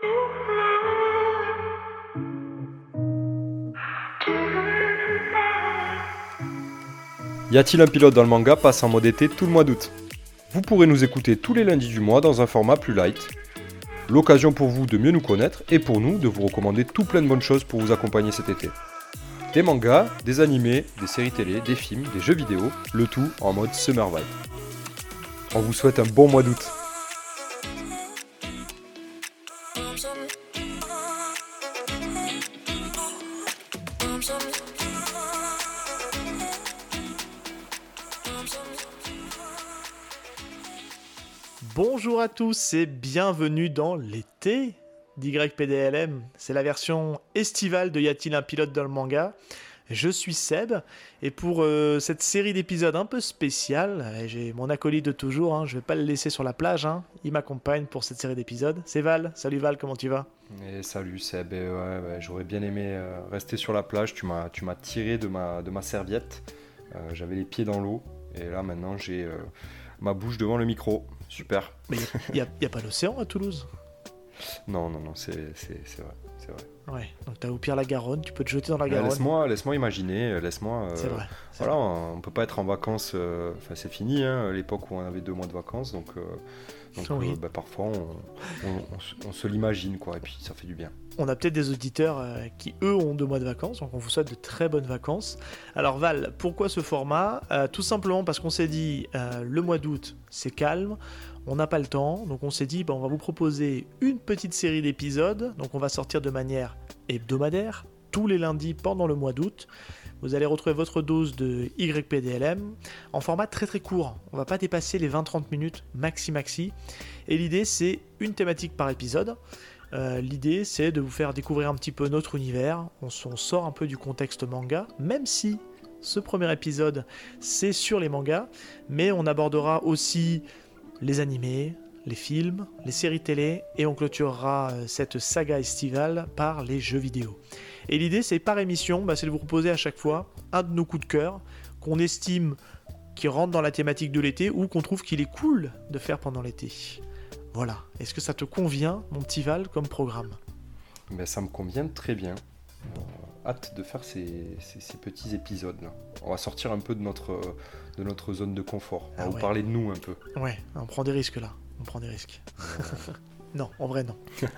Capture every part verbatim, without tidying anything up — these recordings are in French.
Y a-t-il un pilote dans le manga passe en mode été tout le mois d'août. Vous pourrez nous écouter tous les lundis du mois dans un format plus light. L'occasion pour vous de mieux nous connaître et pour nous de vous recommander tout plein de bonnes choses pour vous accompagner cet été. Des mangas, des animés, des séries télé, des films, des jeux vidéo, le tout en mode Summer Vibe. On vous souhaite un bon mois d'août. Bonjour à tous et bienvenue dans l'été d'Y P D L M. C'est la version estivale de Y a-t-il un pilote dans le manga ? Je suis Seb et pour euh, cette série d'épisodes un peu spéciale, j'ai mon acolyte de toujours, hein, je vais pas le laisser sur la plage, hein, il m'accompagne pour cette série d'épisodes. C'est Val. Salut Val, comment tu vas ? Et salut Seb, et ouais, ouais, j'aurais bien aimé euh, rester sur la plage, tu m'as, tu m'as tiré de ma, de ma serviette, euh, j'avais les pieds dans l'eau et là maintenant j'ai euh, ma bouche devant le micro. Super. Mais il n'y a, a, a pas l'océan à Toulouse ? Non, non, non, c'est, c'est, c'est vrai, c'est vrai. Ouais, donc t'as au pire la Garonne, tu peux te jeter dans la Garonne. Euh, laisse-moi, laisse-moi imaginer, laisse-moi... Euh, c'est vrai. C'est voilà, vrai. on, on peut pas être en vacances, enfin euh, c'est fini, hein, l'époque où on avait deux mois de vacances, donc, euh, donc oui. euh, bah, parfois on, on, on, on se l'imagine, quoi, et puis ça fait du bien. On a peut-être des auditeurs euh, qui, eux, ont deux mois de vacances, donc on vous souhaite de très bonnes vacances. Alors Val, pourquoi ce format ? euh, Tout simplement parce qu'on s'est dit, euh, le mois d'août, c'est calme, on n'a pas le temps, donc on s'est dit, bah, on va vous proposer une petite série d'épisodes, donc on va sortir de manière hebdomadaire, tous les lundis pendant le mois d'août. Vous allez retrouver votre dose de Y P D L M en format très très court. On va pas dépasser les vingt à trente minutes maxi maxi. Et l'idée, c'est une thématique par épisode. Euh, l'idée, c'est de vous faire découvrir un petit peu notre univers. On, on sort un peu du contexte manga, même si ce premier épisode, c'est sur les mangas, mais on abordera aussi les animés, les films, les séries télé, et on clôturera cette saga estivale par les jeux vidéo. Et l'idée, c'est par émission, bah, c'est de vous proposer à chaque fois un de nos coups de cœur qu'on estime qui rentre dans la thématique de l'été ou qu'on trouve qu'il est cool de faire pendant l'été. Voilà. Est-ce que ça te convient, mon petit Val, comme programme ? Ben, ça me convient très bien. Euh, hâte de faire ces, ces, ces petits épisodes-là. On va sortir un peu de notre, de notre zone de confort. On va ah, vous ouais. parler de nous un peu. Ouais, on prend des risques là. On prend des risques. Ouais. Non, en vrai, non.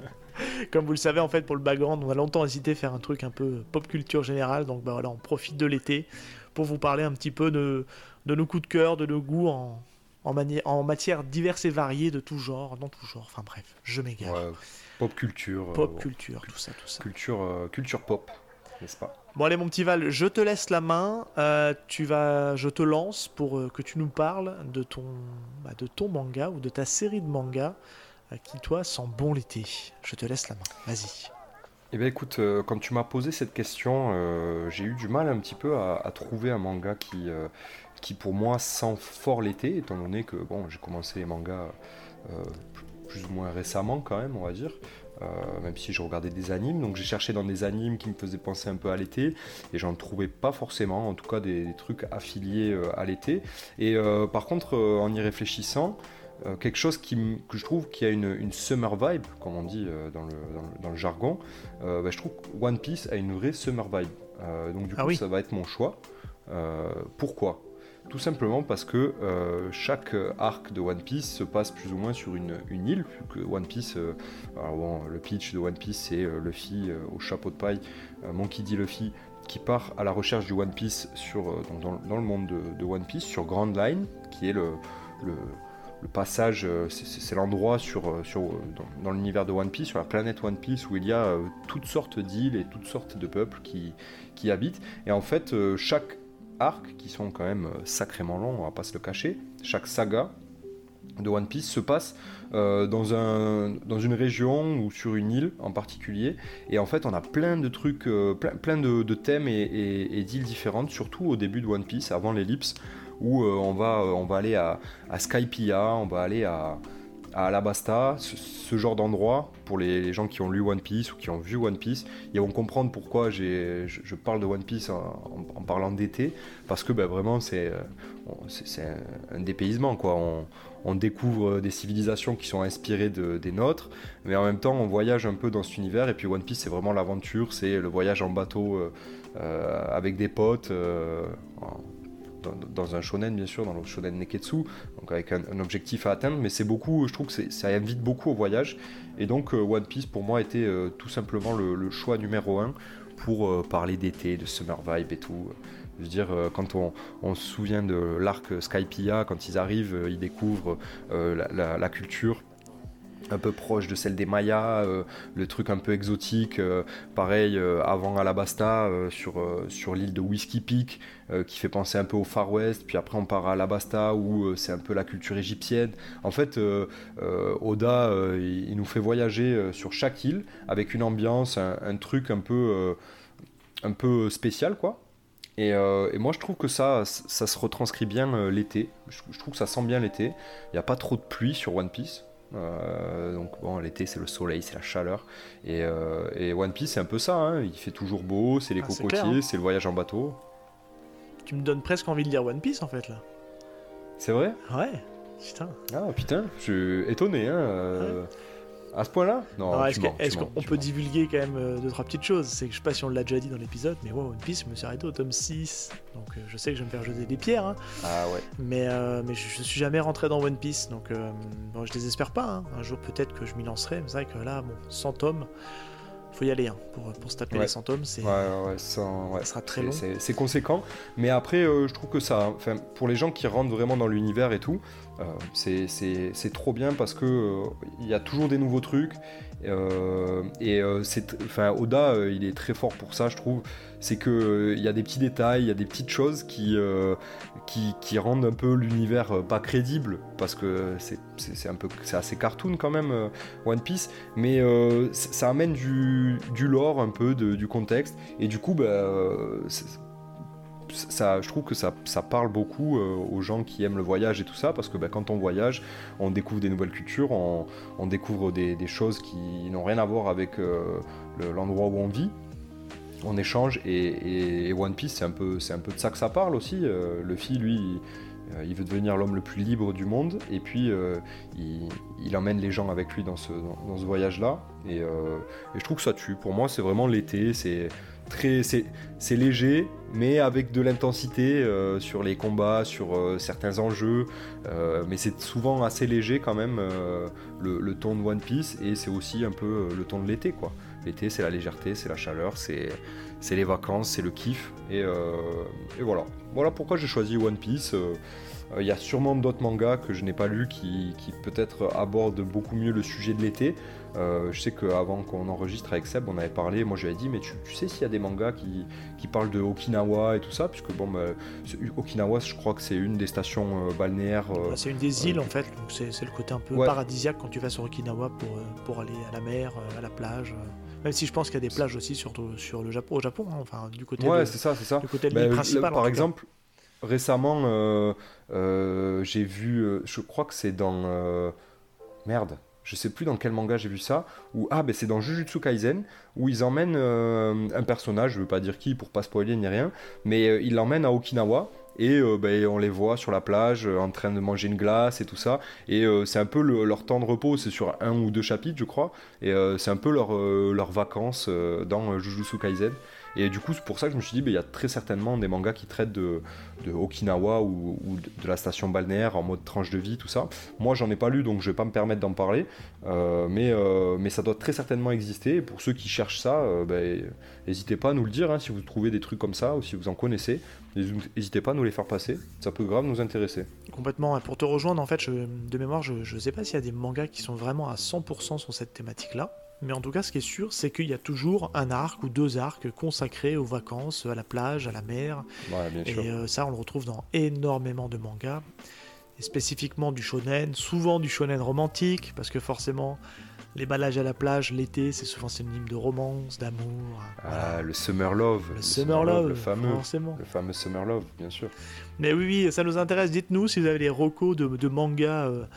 Comme vous le savez, en fait, pour le background, on a longtemps hésité à faire un truc un peu pop culture générale. Donc, bah voilà, on profite de l'été pour vous parler un petit peu de, de nos coups de cœur, de nos goûts en, en, mani- en matière diverses et variées, de tout genre, dans tout genre. Enfin bref, je m'égare. Ouais, pop culture. Pop euh, culture, tout ça, tout ça. Culture, euh, culture pop, n'est-ce pas ? Bon allez mon petit Val, je te laisse la main, euh, tu vas, je te lance pour euh, que tu nous parles de ton, bah, de ton manga ou de ta série de mangas euh, qui toi sent bon l'été. Je te laisse la main, vas-y. Eh bien écoute, euh, quand tu m'as posé cette question, euh, j'ai eu du mal un petit peu à, à trouver un manga qui, euh, qui pour moi sent fort l'été, étant donné que bon, j'ai commencé les mangas euh, plus ou moins récemment quand même, on va dire. Euh, même si je regardais des animes, donc j'ai cherché dans des animes qui me faisaient penser un peu à l'été et j'en trouvais pas forcément, en tout cas des, des trucs affiliés euh, à l'été. Et euh, par contre, euh, en y réfléchissant, euh, quelque chose qui m- que je trouve qui a une, une summer vibe, comme on dit euh, dans, le, dans, le, dans le jargon, euh, bah, je trouve que One Piece a une vraie summer vibe. Euh, donc du coup, ah oui. ça va être mon choix. Euh, pourquoi ? Tout simplement parce que euh, chaque arc de One Piece se passe plus ou moins sur une, une île, vu que One Piece, euh, alors bon, le pitch de One Piece c'est euh, Luffy euh, au chapeau de paille, euh, Monkey D. Luffy, qui part à la recherche du One Piece sur, euh, dans, dans, dans le monde de, de One Piece, sur Grand Line, qui est le, le, le passage, euh, c'est, c'est l'endroit sur, sur, dans, dans l'univers de One Piece, sur la planète One Piece, où il y a euh, toutes sortes d'îles et toutes sortes de peuples qui, qui habitent, et en fait, euh, chaque arcs qui sont quand même sacrément longs, on va pas se le cacher. Chaque saga de One Piece se passe euh, dans, un, dans une région ou sur une île en particulier, et en fait on a plein de trucs, euh, plein, plein de, de thèmes et, et, et d'îles différentes, surtout au début de One Piece, avant l'ellipse, où euh, on, va, on va aller à, à Skypiea, on va aller à, à Alabasta, ce, ce genre d'endroit, pour les, les gens qui ont lu One Piece ou qui ont vu One Piece, ils vont comprendre pourquoi j'ai, je, je parle de One Piece en, en, en parlant d'été, parce que ben, vraiment c'est, c'est, c'est un, un dépaysement, quoi. On, on découvre des civilisations qui sont inspirées de, des nôtres, mais en même temps on voyage un peu dans cet univers, et puis One Piece c'est vraiment l'aventure, c'est le voyage en bateau euh, euh, avec des potes, euh, en, Dans, dans un shonen bien sûr, dans le shonen Neketsu, donc avec un, un objectif à atteindre, mais c'est beaucoup, je trouve que c'est, ça invite beaucoup au voyage, et donc euh, One Piece pour moi était euh, tout simplement le, le choix numéro un pour euh, parler d'été, de summer vibe et tout. Je veux dire, euh, quand on, on se souvient de l'arc Skypiea, quand ils arrivent, euh, ils découvrent euh, la, la, la culture un peu proche de celle des Mayas, euh, le truc un peu exotique, euh, pareil euh, avant Alabasta euh, sur, euh, sur l'île de Whiskey Peak, euh, qui fait penser un peu au Far West, puis après on part à Alabasta où euh, c'est un peu la culture égyptienne. En fait, euh, euh, Oda, euh, il, il nous fait voyager euh, sur chaque île avec une ambiance, un, un truc un peu, euh, un peu spécial, quoi. Et, euh, et moi je trouve que ça, ça se retranscrit bien euh, l'été, je, je trouve que ça sent bien l'été, il n'y a pas trop de pluie sur One Piece. Euh, donc bon, l'été c'est le soleil, c'est la chaleur, et, euh, et One Piece c'est un peu ça, hein. Il fait toujours beau, c'est les Ah, c'est cocotiers, clair, hein. c'est le voyage en bateau. Tu me donnes presque envie de lire One Piece en fait là. C'est vrai? Ouais, putain. Ah putain, je suis étonné, hein. euh, À ce point-là? Non, Alors, tu est-ce, mens, que- tu est-ce mens, qu'on tu peut mens. divulguer quand même euh, deux trois petites choses? C'est que je sais pas si on l'a déjà dit dans l'épisode, mais ouais, One Piece, je me suis arrêté au tome six, donc euh, je sais que je vais me faire jeter des pierres, hein, Ah ouais. mais, euh, mais je, je suis jamais rentré dans One Piece, donc euh, bon, je désespère pas, hein. Un jour peut-être que je m'y lancerai, mais c'est vrai que là, bon, cent tomes, faut y aller, hein, pour, pour se taper Ouais. les cent tomes, c'est, Ouais, ouais, ouais, ça, ouais. ça sera très C'est- long. C'est, c'est conséquent, mais après, euh, je trouve que ça, enfin, pour les gens qui rentrent vraiment dans l'univers et tout, euh, c'est, c'est, c'est trop bien parce que euh, il y a toujours des nouveaux trucs. euh, et euh, c'est, enfin, Oda, euh, il est très fort pour ça, je trouve. C'est que euh, il y a des petits détails, il y a des petites choses qui, euh, qui, qui rendent un peu l'univers euh, pas crédible, parce que c'est, c'est, c'est un peu, c'est assez cartoon quand même, euh, One Piece, mais euh, c- ça amène du, du lore un peu, de- du contexte, et du coup, bah, euh, c'est- ça, je trouve que ça, ça parle beaucoup euh, aux gens qui aiment le voyage et tout ça, parce que bah, quand on voyage, on découvre des nouvelles cultures, on, on découvre des, des choses qui n'ont rien à voir avec euh, le- l'endroit où on vit. On échange, et, et- et One Piece, c'est un peu, c'est un peu de ça que ça parle aussi. Euh, Luffy, lui, il, euh, il veut devenir l'homme le plus libre du monde, et puis euh, il, il emmène les gens avec lui dans ce, dans, dans ce voyage-là. Et, euh, et je trouve que ça tue. Pour moi, c'est vraiment l'été. C'est très, c'est, c'est léger, mais avec de l'intensité euh, sur les combats, sur euh, certains enjeux. Euh, mais c'est souvent assez léger quand même, euh, le, le ton de One Piece, et c'est aussi un peu euh, le ton de l'été, quoi. L'été, c'est la légèreté, c'est la chaleur, c'est, c'est les vacances, c'est le kiff. Et, euh, et voilà. Voilà pourquoi j'ai choisi One Piece. Il euh, y a sûrement d'autres mangas que je n'ai pas lus qui, qui peut-être abordent beaucoup mieux le sujet de l'été. Euh, je sais qu'avant qu'on enregistre avec Seb, on avait parlé, moi je lui avais dit, mais tu, tu sais s'il y a des mangas qui, qui parlent de Okinawa et tout ça, puisque bon, bah, Okinawa, je crois que c'est une des stations euh, balnéaires. Euh, Bah, c'est une des euh, îles en fait, donc c'est, c'est le côté un peu Ouais. paradisiaque quand tu vas sur Okinawa pour, euh, pour aller à la mer, euh, à la plage. euh. Même si je pense qu'il y a des plages aussi, surtout sur le Japon, au Japon, hein, enfin du côté Ouais, de, c'est ça, c'est ça. du côté de Ben, l'île le- principale. en par tout cas. exemple, récemment, euh, euh, j'ai vu, euh, je crois que c'est dans... euh, merde, je sais plus dans quel manga j'ai vu ça, où, ah ben c'est dans Jujutsu Kaisen, où ils emmènent euh, un personnage, je veux pas dire qui pour pas spoiler ni rien, mais euh, ils l'emmènent à Okinawa, et euh, ben, on les voit sur la plage euh, en train de manger une glace et tout ça, et euh, c'est un peu le- leur temps de repos, c'est sur un ou deux chapitres je crois, et euh, c'est un peu leur, euh, leurs vacances euh, dans euh, Jujutsu Kaisen. Et du coup, c'est pour ça que je me suis dit, ben, il y a très certainement des mangas qui traitent de, de Okinawa ou, ou de la station balnéaire en mode tranche de vie, tout ça. Moi, j'en ai pas lu, donc je vais pas me permettre d'en parler. Euh, mais, euh, mais ça doit très certainement exister. Et pour ceux qui cherchent ça, euh, ben, n'hésitez pas à nous le dire, hein, si vous trouvez des trucs comme ça ou si vous en connaissez. N'hésitez pas à nous les faire passer. Ça peut grave nous intéresser. Complètement. Et pour te rejoindre, en fait, je- de mémoire, je, je sais pas s'il y a des mangas qui sont vraiment à cent pour cent sur cette thématique-là. Mais en tout cas, ce qui est sûr, c'est qu'il y a toujours un arc ou deux arcs consacrés aux vacances, à la plage, à la mer. Ouais, bien sûr. Et euh, ça, on le retrouve dans énormément de mangas. Et spécifiquement du shonen, souvent du shonen romantique, parce que forcément, les balades à la plage, l'été, c'est souvent synonyme de romance, d'amour. Ah, voilà. le Summer Love. Le Summer Love, le fameux. forcément. Le fameux Summer Love, bien sûr. Mais oui, oui, ça nous intéresse. Dites-nous si vous avez des recos de, de mangas euh,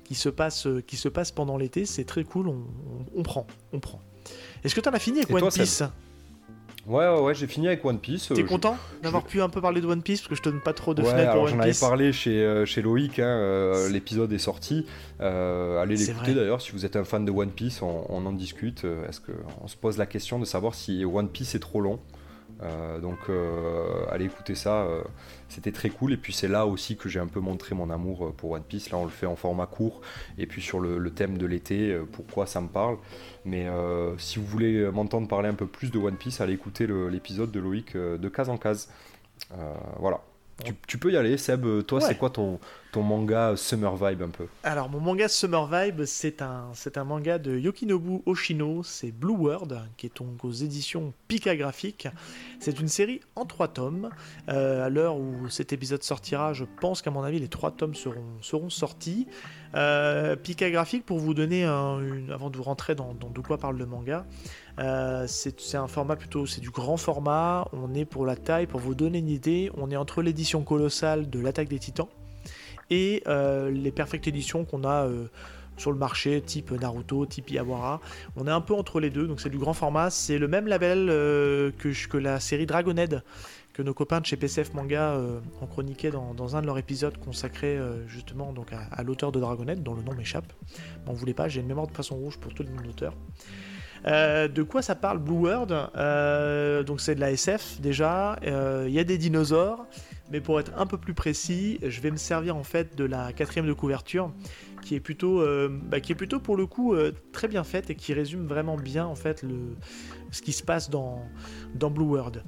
qui se passe, qui se passe pendant l'été, c'est très cool, on, on, on prend, on prend. Est-ce que tu en as fini avec Et One toi, Piece Seb ? Ouais, ouais, ouais, j'ai fini avec One Piece. T'es euh, content je- d'avoir je- pu un peu parler de One Piece, parce que je te donne pas trop de Ouais, fenêtres pour alors One j'en avais Piece. parlé chez, euh, chez Loïc, hein, euh, l'épisode est sorti. Euh, allez C'est l'écouter vrai. d'ailleurs, si vous êtes un fan de One Piece, on, on en discute. Euh, Est-ce que on se pose la question de savoir si One Piece est trop long. Euh, donc euh, allez écouter ça, euh, c'était très cool. Et puis c'est là aussi que j'ai un peu montré mon amour euh, pour One Piece. Là on le fait en format court et puis sur le, le thème de l'été, euh, pourquoi ça me parle. Mais euh, si vous voulez m'entendre parler un peu plus de One Piece, allez écouter le- l'épisode de Loïc euh, de case en case. Euh, voilà. Tu, tu peux y aller, Seb. Toi, Ouais. c'est quoi ton, ton manga Summer Vibe un peu? Alors, mon manga Summer Vibe, c'est un, c'est un manga de Yokinobu Oshino, c'est Blue World, qui est donc aux éditions Pika Graphique. C'est une série en trois tomes. Euh, à l'heure où cet épisode sortira, je pense qu'à mon avis, les trois tomes seront, seront sortis. Euh, Pika Graphique, pour vous donner un, une, avant de vous rentrer dans, dans de quoi parle le manga, euh, c'est, c'est un format plutôt, c'est du grand format. On est pour la taille, pour vous donner une idée, on est entre l'édition colossale de l'Attaque des Titans et euh, les Perfect Editions qu'on a euh, sur le marché, type Naruto, type Yawara. On est un peu entre les deux, donc c'est du grand format. C'est le même label euh, que, que la série Dragonhead, que nos copains de chez P C F Manga euh, ont chroniqué dans, dans un de leurs épisodes consacrés euh, justement donc à, à l'auteur de Dragonhead, dont le nom m'échappe. M'en voulez pas, j'ai une mémoire de poisson rouge pour tous les noms d'auteurs. Euh, de quoi ça parle Blue World? Euh, donc c'est de la S F déjà, il euh, y a des dinosaures, mais pour être un peu plus précis, je vais me servir en fait de la quatrième de couverture, qui est plutôt, euh, bah, qui est plutôt pour le coup euh, très bien faite et qui résume vraiment bien en fait le, ce qui se passe dans, dans Blue World.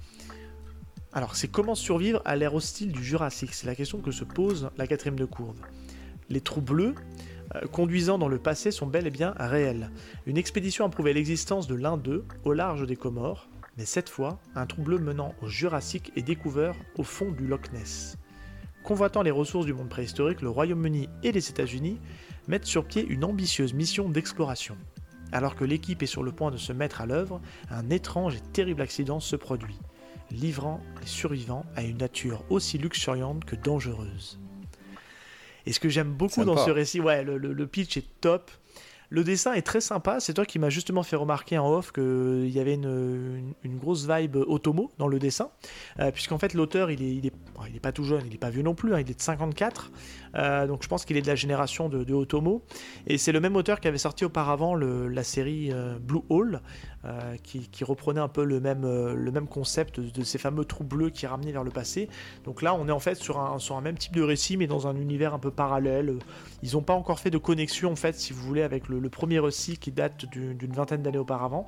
Alors c'est comment survivre à l'ère hostile du Jurassique, c'est la question que se pose la quatrième de courbe. Les trous bleus euh, conduisant dans le passé sont bel et bien réels. Une expédition a prouvé l'existence de l'un d'eux au large des Comores, mais cette fois, un trou bleu menant au Jurassique est découvert au fond du Loch Ness. Convoitant les ressources du monde préhistorique, le Royaume-Uni et les États-Unis mettent sur pied une ambitieuse mission d'exploration. Alors que l'équipe est sur le point de se mettre à l'œuvre, un étrange et terrible accident se produit, livrant les survivants à une nature aussi luxuriante que dangereuse. Et ce que j'aime beaucoup Sympa. dans ce récit, ouais, le, le- le pitch est top. Le dessin est très sympa. C'est toi qui m'as justement fait remarquer en off qu'il y avait une, une- une grosse vibe Otomo dans le dessin. Euh, puisqu'en fait, l'auteur, il est, il, est, bon, il est pas tout jeune, il est pas vieux non plus, hein, il est de cinquante-quatre. Euh, donc je pense qu'il est de la génération de, de Otomo. Et c'est le même auteur qui avait sorti auparavant le- la série euh, Blue Hole, euh, qui, qui reprenait un peu le même, euh, le même concept de, de ces fameux trous bleus qui ramenaient vers le passé. Donc là, on est en fait sur un, sur un même type de récit, mais dans un univers un peu parallèle. Ils n'ont pas encore fait de connexion, en fait, si vous voulez, avec le, le premier récit qui date du- d'une vingtaine d'années auparavant.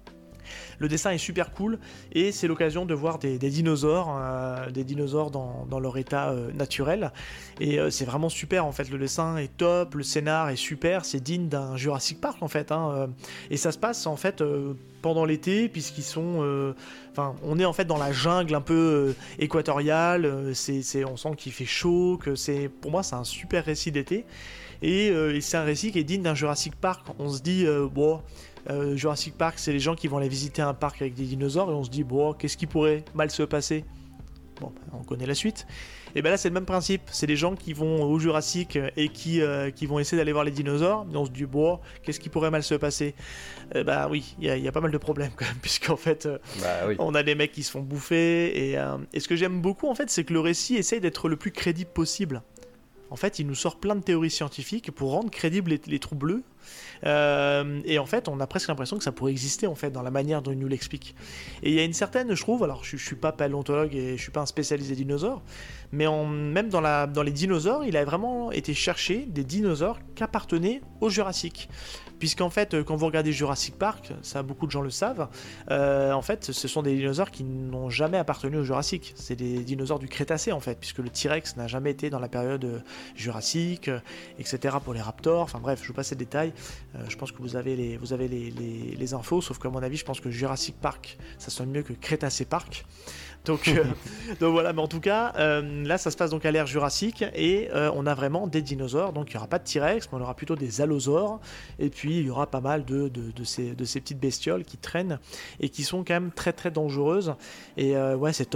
Le dessin est super cool et c'est l'occasion de voir des, des dinosaures, euh, des dinosaures dans, dans leur état euh, naturel. Et euh, c'est vraiment super en fait. Le dessin est top, le scénar est super, c'est digne d'un Jurassic Park en fait. Hein, euh. Et ça se passe en fait euh, pendant l'été puisqu'ils sont, euh, enfin, on est en fait dans la jungle un peu euh, équatoriale. euh, c'est, c'est, on sent qu'il fait chaud, que c'est, pour moi, c'est un super récit d'été. Et, euh, et c'est un récit qui est digne d'un Jurassic Park. On se dit, euh, bon. Euh, Jurassic Park, c'est les gens qui vont aller visiter un parc avec des dinosaures et on se dit, bon, qu'est-ce qui pourrait mal se passer? Bon, ben, on connaît la suite. Et ben là, c'est le même principe. C'est des gens qui vont au Jurassique et qui, euh, qui vont essayer d'aller voir les dinosaures. Et on se dit, bon, qu'est-ce qui pourrait mal se passer? Eh ben oui, il y, y a pas mal de problèmes quand même, puisqu'en fait, euh, Bah oui. on a des mecs qui se font bouffer. Et, euh, et ce que j'aime beaucoup, en fait, c'est que le récit essaye d'être le plus crédible possible. En fait, il nous sort plein de théories scientifiques pour rendre crédibles les, les trous bleus. Euh, et en fait, on a presque l'impression que ça pourrait exister en fait dans la manière dont il nous l'explique. Et il y a une certaine, je trouve, alors je, je suis pas paléontologue et je suis pas un spécialiste des dinosaures, mais en, même dans, la, dans les dinosaures, il a vraiment été chercher des dinosaures qui appartenaient au Jurassique. Puisqu'en fait, quand vous regardez Jurassic Park, ça beaucoup de gens le savent, euh, en fait, ce sont des dinosaures qui n'ont jamais appartenu au Jurassique. C'est des dinosaures du Crétacé en fait, puisque le T-Rex n'a jamais été dans la période euh, Jurassique, euh, et cetera pour les raptors. Enfin bref, je vous passe les détails. Euh, je pense que vous avez, les, vous avez les, les, les infos, sauf qu'à mon avis, je pense que Jurassic Park, ça sonne mieux que Crétacé Park. Donc, euh, donc voilà, mais en tout cas, euh, là ça se passe donc à l'ère Jurassique et euh, on a vraiment des dinosaures. Donc il n'y aura pas de T-Rex, mais on aura plutôt des allosaures. Et puis il y aura pas mal de, de, de, ces, de ces petites bestioles qui traînent et qui sont quand même très très dangereuses. Et euh, ouais, c'est top.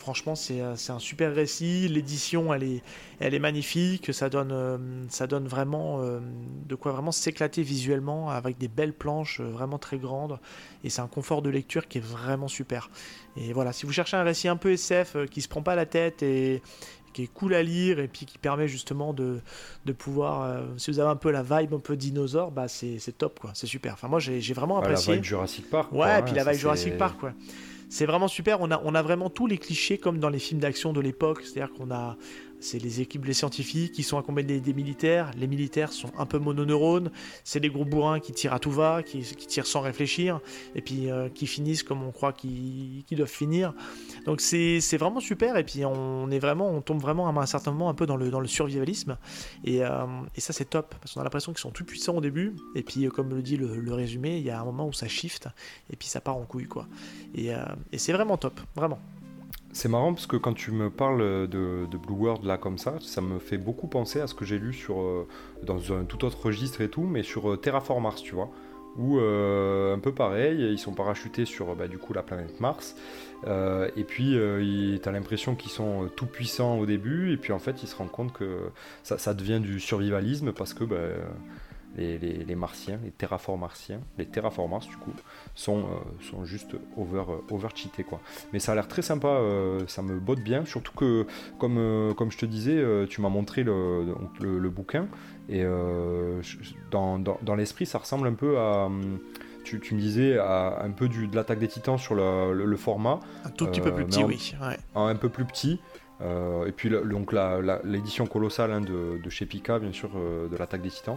Franchement, c'est, c'est un super récit. L'édition, elle est, elle est magnifique. Ça donne, euh, ça donne vraiment euh, de quoi vraiment s'éclater visuellement avec des belles planches euh, vraiment très grandes. Et c'est un confort de lecture qui est vraiment super. Et voilà, si vous cherchez un récit un peu S F euh, qui se prend pas la tête et qui est cool à lire et puis qui permet justement de, de pouvoir, euh, si vous avez un peu la vibe un peu dinosaure, bah c'est, c'est top quoi, c'est super. Enfin moi j'ai, j'ai vraiment Ouais, apprécié. la vibe Jurassic Park. Ouais, quoi, et puis hein, la ça, vibe Jurassic c'est- Park quoi. C'est vraiment super, on a, on a vraiment tous les clichés comme dans les films d'action de l'époque, c'est-à-dire qu'on a, c'est les équipes, les scientifiques qui sont accompagnés des, des militaires, les militaires sont un peu mononeurones, c'est des gros bourrins qui tirent à tout va, qui, qui tirent sans réfléchir, et puis euh, qui finissent comme on croit qu'ils, qu'ils doivent finir. Donc c'est, c'est vraiment super, et puis on est vraiment, on tombe vraiment à un certain moment un peu dans le, dans le survivalisme, et, euh, et ça c'est top, parce qu'on a l'impression qu'ils sont tout puissants au début, et puis euh, comme le dit le, le résumé, il y a un moment où ça shift, et puis ça part en couille quoi. Et, euh, et c'est vraiment top, vraiment. C'est marrant parce que quand tu me parles de, de Blue World là comme ça, ça me fait beaucoup penser à ce que j'ai lu sur, euh, dans un tout autre registre et tout, mais sur euh, Terraform Mars, tu vois. Où euh, un peu pareil, ils sont parachutés sur bah, du coup la planète Mars, euh, et puis euh, tu as l'impression qu'ils sont tout puissants au début, et puis en fait ils se rendent compte que ça, ça devient du survivalisme parce que bah, les, les, les martiens, les terraforms martiens, les terraformers du coup, sont, euh, sont juste over, over cheatés quoi. Mais ça a l'air très sympa, euh, ça me botte bien, surtout que comme, euh, comme je te disais, euh, tu m'as montré le, donc, le, le bouquin, et euh, je- dans, dans, dans l'esprit ça ressemble un peu à... Tu, tu me disais à, un peu du, de l'attaque des titans sur le, le, le format. Un tout petit euh, peu plus petit, en, oui. Ouais. Un peu plus petit. Euh, et puis le, donc la, la, l'édition colossale hein, de, de chez Pika, bien sûr, euh, de l'attaque des titans.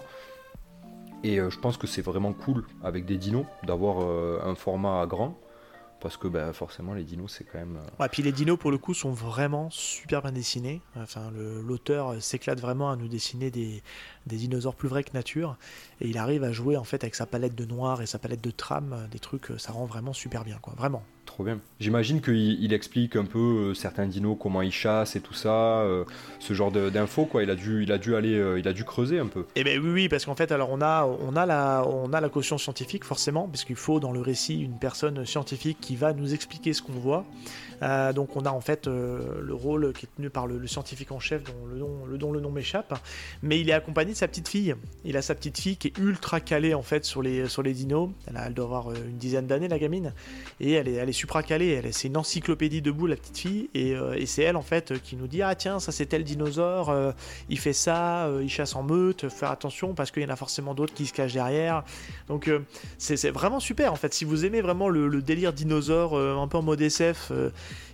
Et euh, je pense que c'est vraiment cool avec des dinos d'avoir euh, un format grand. Parce que bah, forcément les dinos c'est quand même... Euh... Ouais, puis les dinos pour le coup sont vraiment super bien dessinés. Enfin, le, l'auteur s'éclate vraiment à nous dessiner des, des dinosaures plus vrais que nature. Et il arrive à jouer en fait avec sa palette de noir et sa palette de trame, des trucs, ça rend vraiment super bien quoi, vraiment. Trop bien. J'imagine qu'il il explique un peu euh, certains dinos, comment ils chassent et tout ça, euh, ce genre de, d'infos quoi. Il a dû, il a dû aller, euh, il a dû creuser un peu. Eh ben oui, oui, parce qu'en fait, alors on a, on a la, on a la caution scientifique forcément, parce qu'il faut dans le récit une personne scientifique qui va nous expliquer ce qu'on voit. Euh, donc on a en fait euh, le rôle qui est tenu par le, le scientifique en chef dont le, nom, le, dont le nom m'échappe, mais il est accompagné de sa petite fille. Il a sa petite fille qui est ultra calée en fait sur les, sur les dinos. Elle, a, elle doit avoir une dizaine d'années la gamine, et elle est, elle est supra calée. Elle est, c'est une encyclopédie debout la petite fille, et, euh, et c'est elle en fait qui nous dit ah tiens ça c'est tel dinosaure, euh, il fait ça, euh, il chasse en meute, faire attention parce qu'il y en a forcément d'autres qui se cachent derrière. Donc euh, c'est, c'est vraiment super en fait. Si vous aimez vraiment le, le délire dinosaure euh, un peu en mode S F. Euh,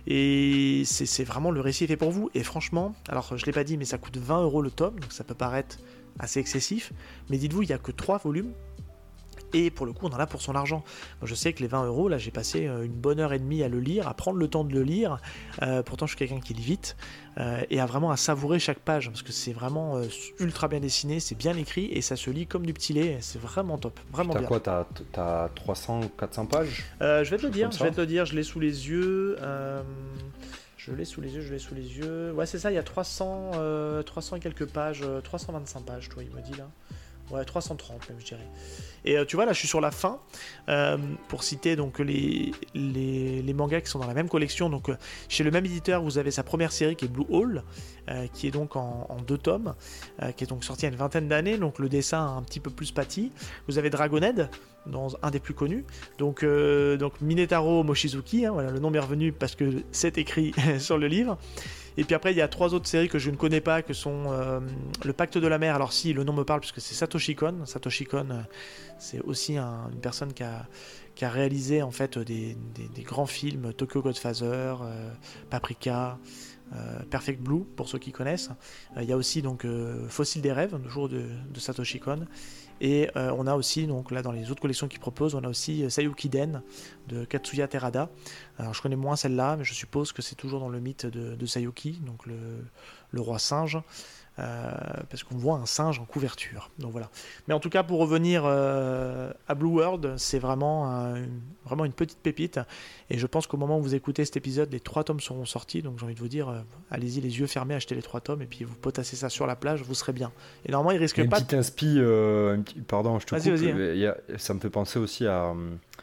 Et c'est, c'est vraiment le récit est fait pour vous. Et franchement, alors je l'ai pas dit, mais ça coûte vingt euros le tome, donc ça peut paraître assez excessif. Mais dites-vous, il n'y a que trois volumes. Et pour le coup, on en a pour son argent. Moi, je sais que les vingt euros, là, j'ai passé une bonne heure et demie à le lire, à prendre le temps de le lire. Euh, pourtant, je suis quelqu'un qui lit vite. Euh, et à vraiment à savourer chaque page. Parce que c'est vraiment euh, ultra bien dessiné, c'est bien écrit, et ça se lit comme du petit lait. C'est vraiment top. Vraiment t'as bien. Quoi, t'as, t'as trois cents, quatre cents pages euh, Je vais te le dire, je vais te le dire, je l'ai sous les yeux. Euh... Je l'ai sous les yeux, je l'ai sous les yeux. Ouais, c'est ça, il y a trois cents, euh, trois cents et quelques pages, trois cent vingt-cinq pages, toi, il me dit là. Ouais, trois cent trente même, je dirais. Et euh, tu vois, là, je suis sur la fin, euh, pour citer donc les, les, les mangas qui sont dans la même collection. Donc, euh, chez le même éditeur, vous avez sa première série qui est Blue Hole, euh, qui est donc en, en deux tomes, euh, qui est donc sorti il y a une vingtaine d'années. Donc, le dessin un petit peu plus pâti. Vous avez Dragonhead, dans un des plus connus. Donc, euh, donc Minetaro Mochizuki, hein, voilà, le nom m'est revenu parce que c'est écrit sur le livre. Et puis après, il y a trois autres séries que je ne connais pas, que sont euh, Le Pacte de la Mer. Alors si, le nom me parle, puisque c'est Satoshi Kon. Satoshi Kon, euh, c'est aussi un, une personne qui a, qui a réalisé en fait des, des, des grands films, Tokyo Godfather, euh, Paprika, euh, Perfect Blue, pour ceux qui connaissent. Euh, il y a aussi donc euh, Fossile des rêves, toujours de, de Satoshi Kon. Et euh, on a aussi, donc là dans les autres collections qu'ils proposent, on a aussi Sayuki Den de Katsuya Terada. Alors je connais moins celle-là, mais je suppose que c'est toujours dans le mythe de, de Sayuki, donc le, le roi singe, euh, parce qu'on voit un singe en couverture. Donc voilà. Mais en tout cas, pour revenir euh, à Blue World, c'est vraiment, un, une, vraiment une petite pépite. Et je pense qu'au moment où vous écoutez cet épisode, les trois tomes seront sortis. Donc j'ai envie de vous dire, euh, allez-y les yeux fermés, achetez les trois tomes, et puis vous potassez ça sur la plage, vous serez bien. Et normalement, il risque une pas... Petite inspi, euh, une petite, pardon, je te vas-y, coupe. vas-y, hein. Il y a, ça me fait penser aussi à...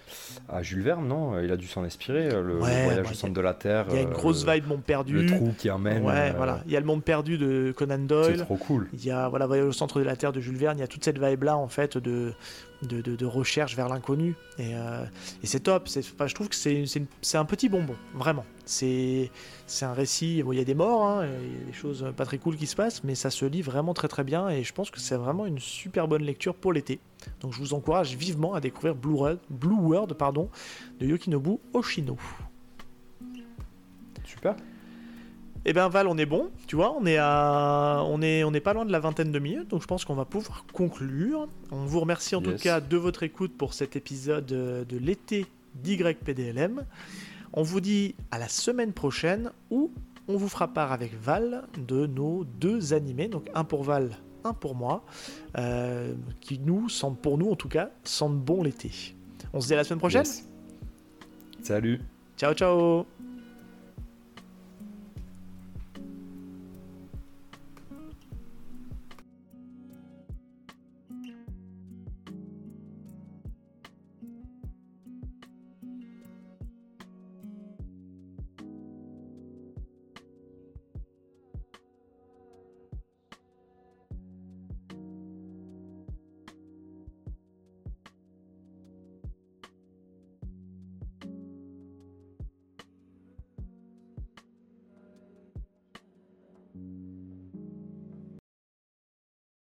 à Jules Verne, non? Il a dû s'en inspirer, le, Ouais, le voyage ouais, au y centre a- de la Terre. Il y a une euh, grosse le, vibe Monde Perdu. le trou qui emmène. Ouais, euh, voilà. Il y a le Monde Perdu de Conan C'est Doyle. trop cool. Il y a voilà, Voyage au centre de la Terre de Jules Verne. Il y a toute cette vibe-là, en fait, de, de, de, de recherche vers l'inconnu. Et, euh, et c'est top. C'est, enfin, je trouve que c'est, c'est, une- c'est un petit bonbon, vraiment. C'est, c'est un récit. Bon, il y a des morts, hein, il y a des choses pas très cool qui se passent, mais ça se lit vraiment très très bien. Et je pense que c'est vraiment une super bonne lecture pour l'été. Donc je vous encourage vivement à découvrir Blue World, Blue World pardon, de Yukinobu Oshino. Super. Eh ben Val, on est bon, tu vois, on est à, on est, on est pas loin de la vingtaine de minutes, donc je pense qu'on va pouvoir conclure. On vous remercie en Yes. tout cas de votre écoute pour cet épisode de l'été d'Y P D L M. On vous dit à la semaine prochaine où on vous fera part avec Val de nos deux animés, donc un pour Val, un pour moi, euh, qui nous sentent, pour nous en tout cas, sentent bon l'été. On se dit à la semaine prochaine. Yes. Salut. Ciao ciao.